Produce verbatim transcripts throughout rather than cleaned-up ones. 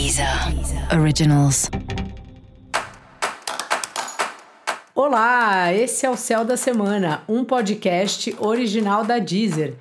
Deezer Originals. Olá, esse é o Céu da Semana, um podcast original da Deezer.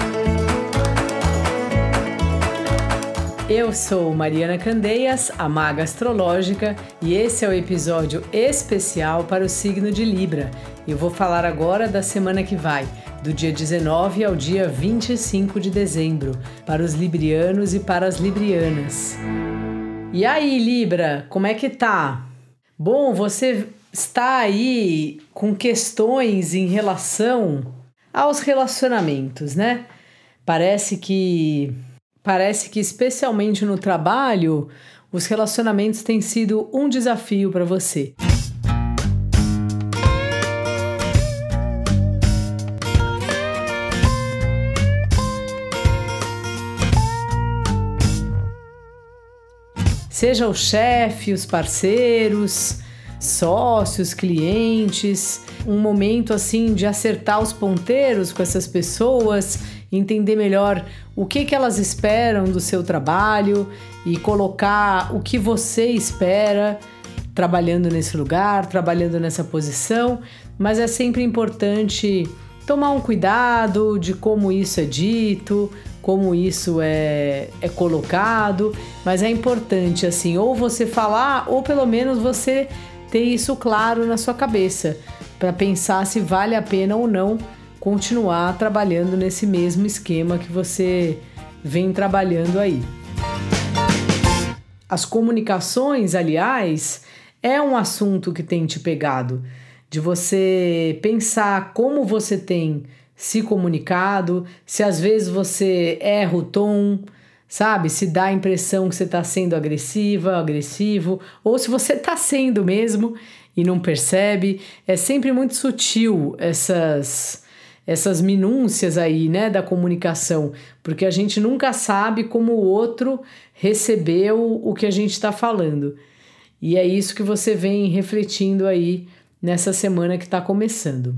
Eu sou Mariana Candeias, a maga astrológica, e esse é o episódio especial para o signo de Libra. Eu vou falar agora da semana que vai, do dia dezenove ao dia vinte e cinco de dezembro, para os librianos e para as librianas. E aí, Libra, como é que tá? Bom, você está aí com questões em relação aos relacionamentos, né? Parece que, parece que especialmente no trabalho, os relacionamentos têm sido um desafio para você. Seja o chefe, os parceiros, sócios, clientes, um momento assim de acertar os ponteiros com essas pessoas, entender melhor o que, que elas esperam do seu trabalho e colocar o que você espera trabalhando nesse lugar, trabalhando nessa posição, mas é sempre importante tomar um cuidado de como isso é dito, como isso é, é colocado, mas é importante assim, ou você falar, ou pelo menos você ter isso claro na sua cabeça, para pensar se vale a pena ou não continuar trabalhando nesse mesmo esquema que você vem trabalhando aí. As comunicações, aliás, é um assunto que tem te pegado, de você pensar como você tem se comunicado, se às vezes você erra o tom, sabe? Se dá a impressão que você está sendo agressiva, agressivo, ou se você está sendo mesmo e não percebe. É sempre muito sutil essas, essas minúcias aí, né, da comunicação, porque a gente nunca sabe como o outro recebeu o que a gente está falando. E é isso que você vem refletindo aí nessa semana que está começando.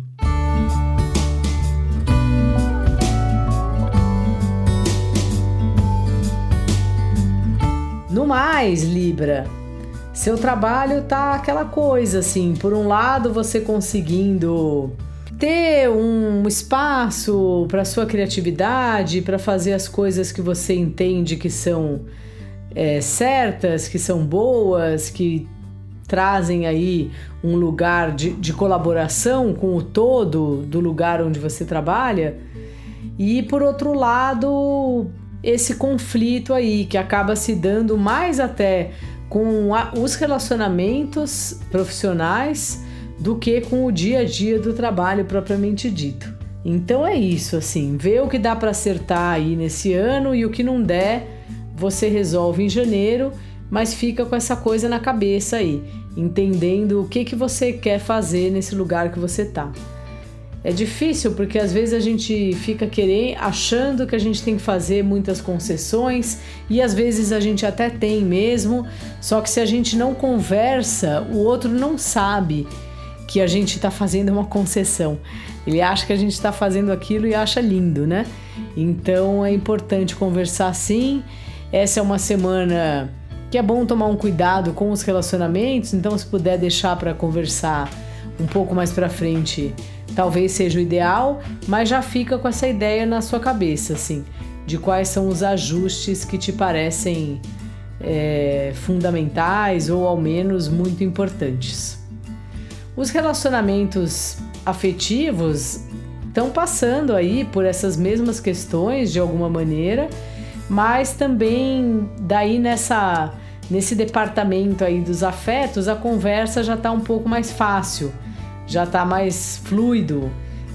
No mais, Libra, seu trabalho tá aquela coisa assim, por um lado você conseguindo ter um espaço para sua criatividade, para fazer as coisas que você entende que são é, certas, que são boas, que trazem aí um lugar de, de colaboração com o todo do lugar onde você trabalha, e por outro lado esse conflito aí que acaba se dando mais até com a, os relacionamentos profissionais do que com o dia a dia do trabalho propriamente dito. Então é isso, assim, vê o que dá para acertar aí nesse ano e o que não der você resolve em janeiro, mas fica com essa coisa na cabeça aí, entendendo o que, que você quer fazer nesse lugar que você tá. É difícil porque às vezes a gente fica querendo, achando que a gente tem que fazer muitas concessões, e às vezes a gente até tem mesmo, só que se a gente não conversa, o outro não sabe que a gente está fazendo uma concessão. Ele acha que a gente está fazendo aquilo e acha lindo, né? Então é importante conversar sim. Essa é uma semana que é bom tomar um cuidado com os relacionamentos, então se puder deixar para conversar um pouco mais para frente, talvez seja o ideal, mas já fica com essa ideia na sua cabeça, assim, de quais são os ajustes que te parecem é, fundamentais ou ao menos muito importantes. Os relacionamentos afetivos estão passando aí por essas mesmas questões de alguma maneira, mas também daí nessa, nesse departamento aí dos afetos, a conversa já está um pouco mais fácil, já está mais fluido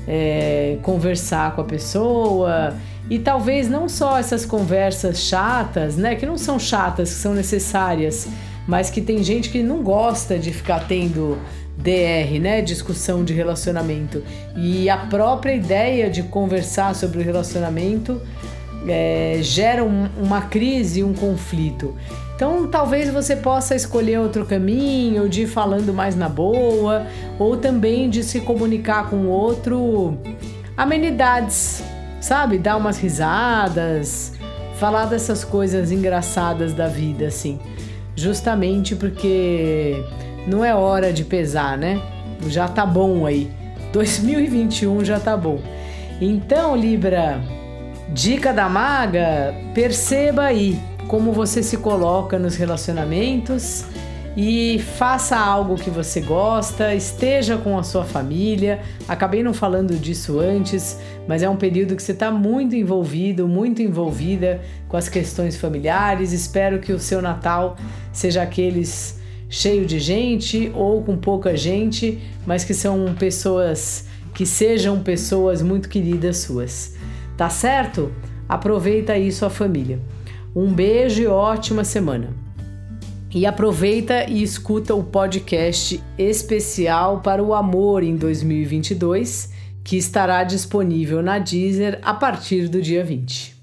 é, conversar com a pessoa, e talvez não só essas conversas chatas, né, que não são chatas, que são necessárias, mas que tem gente que não gosta de ficar tendo D R, né, discussão de relacionamento, e a própria ideia de conversar sobre o relacionamento é, gera um, uma crise, um conflito. Então talvez você possa escolher outro caminho, de ir falando mais na boa, ou também de se comunicar com o outro amenidades, sabe? Dar umas risadas, falar dessas coisas engraçadas da vida, assim. Justamente porque não é hora de pesar, né? Já tá bom aí. dois mil e vinte e um já tá bom. Então, Libra, dica da maga, perceba aí como você se coloca nos relacionamentos e faça algo que você gosta, esteja com a sua família. Acabei não falando disso antes, mas é um período que você está muito envolvido, muito envolvida com as questões familiares. Espero que o seu Natal seja aqueles cheio de gente ou com pouca gente, mas que são pessoas, que sejam pessoas muito queridas suas. Tá certo? Aproveita aí sua família. Um beijo e ótima semana. E aproveita e escuta o podcast especial para o amor em dois mil e vinte e dois, que estará disponível na Deezer a partir do dia vinte.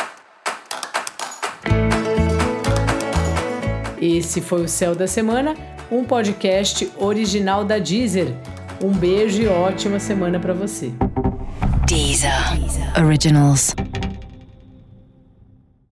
Esse foi o Céu da Semana, um podcast original da Deezer. Um beijo e ótima semana para você. Deezer. Deezer Originals.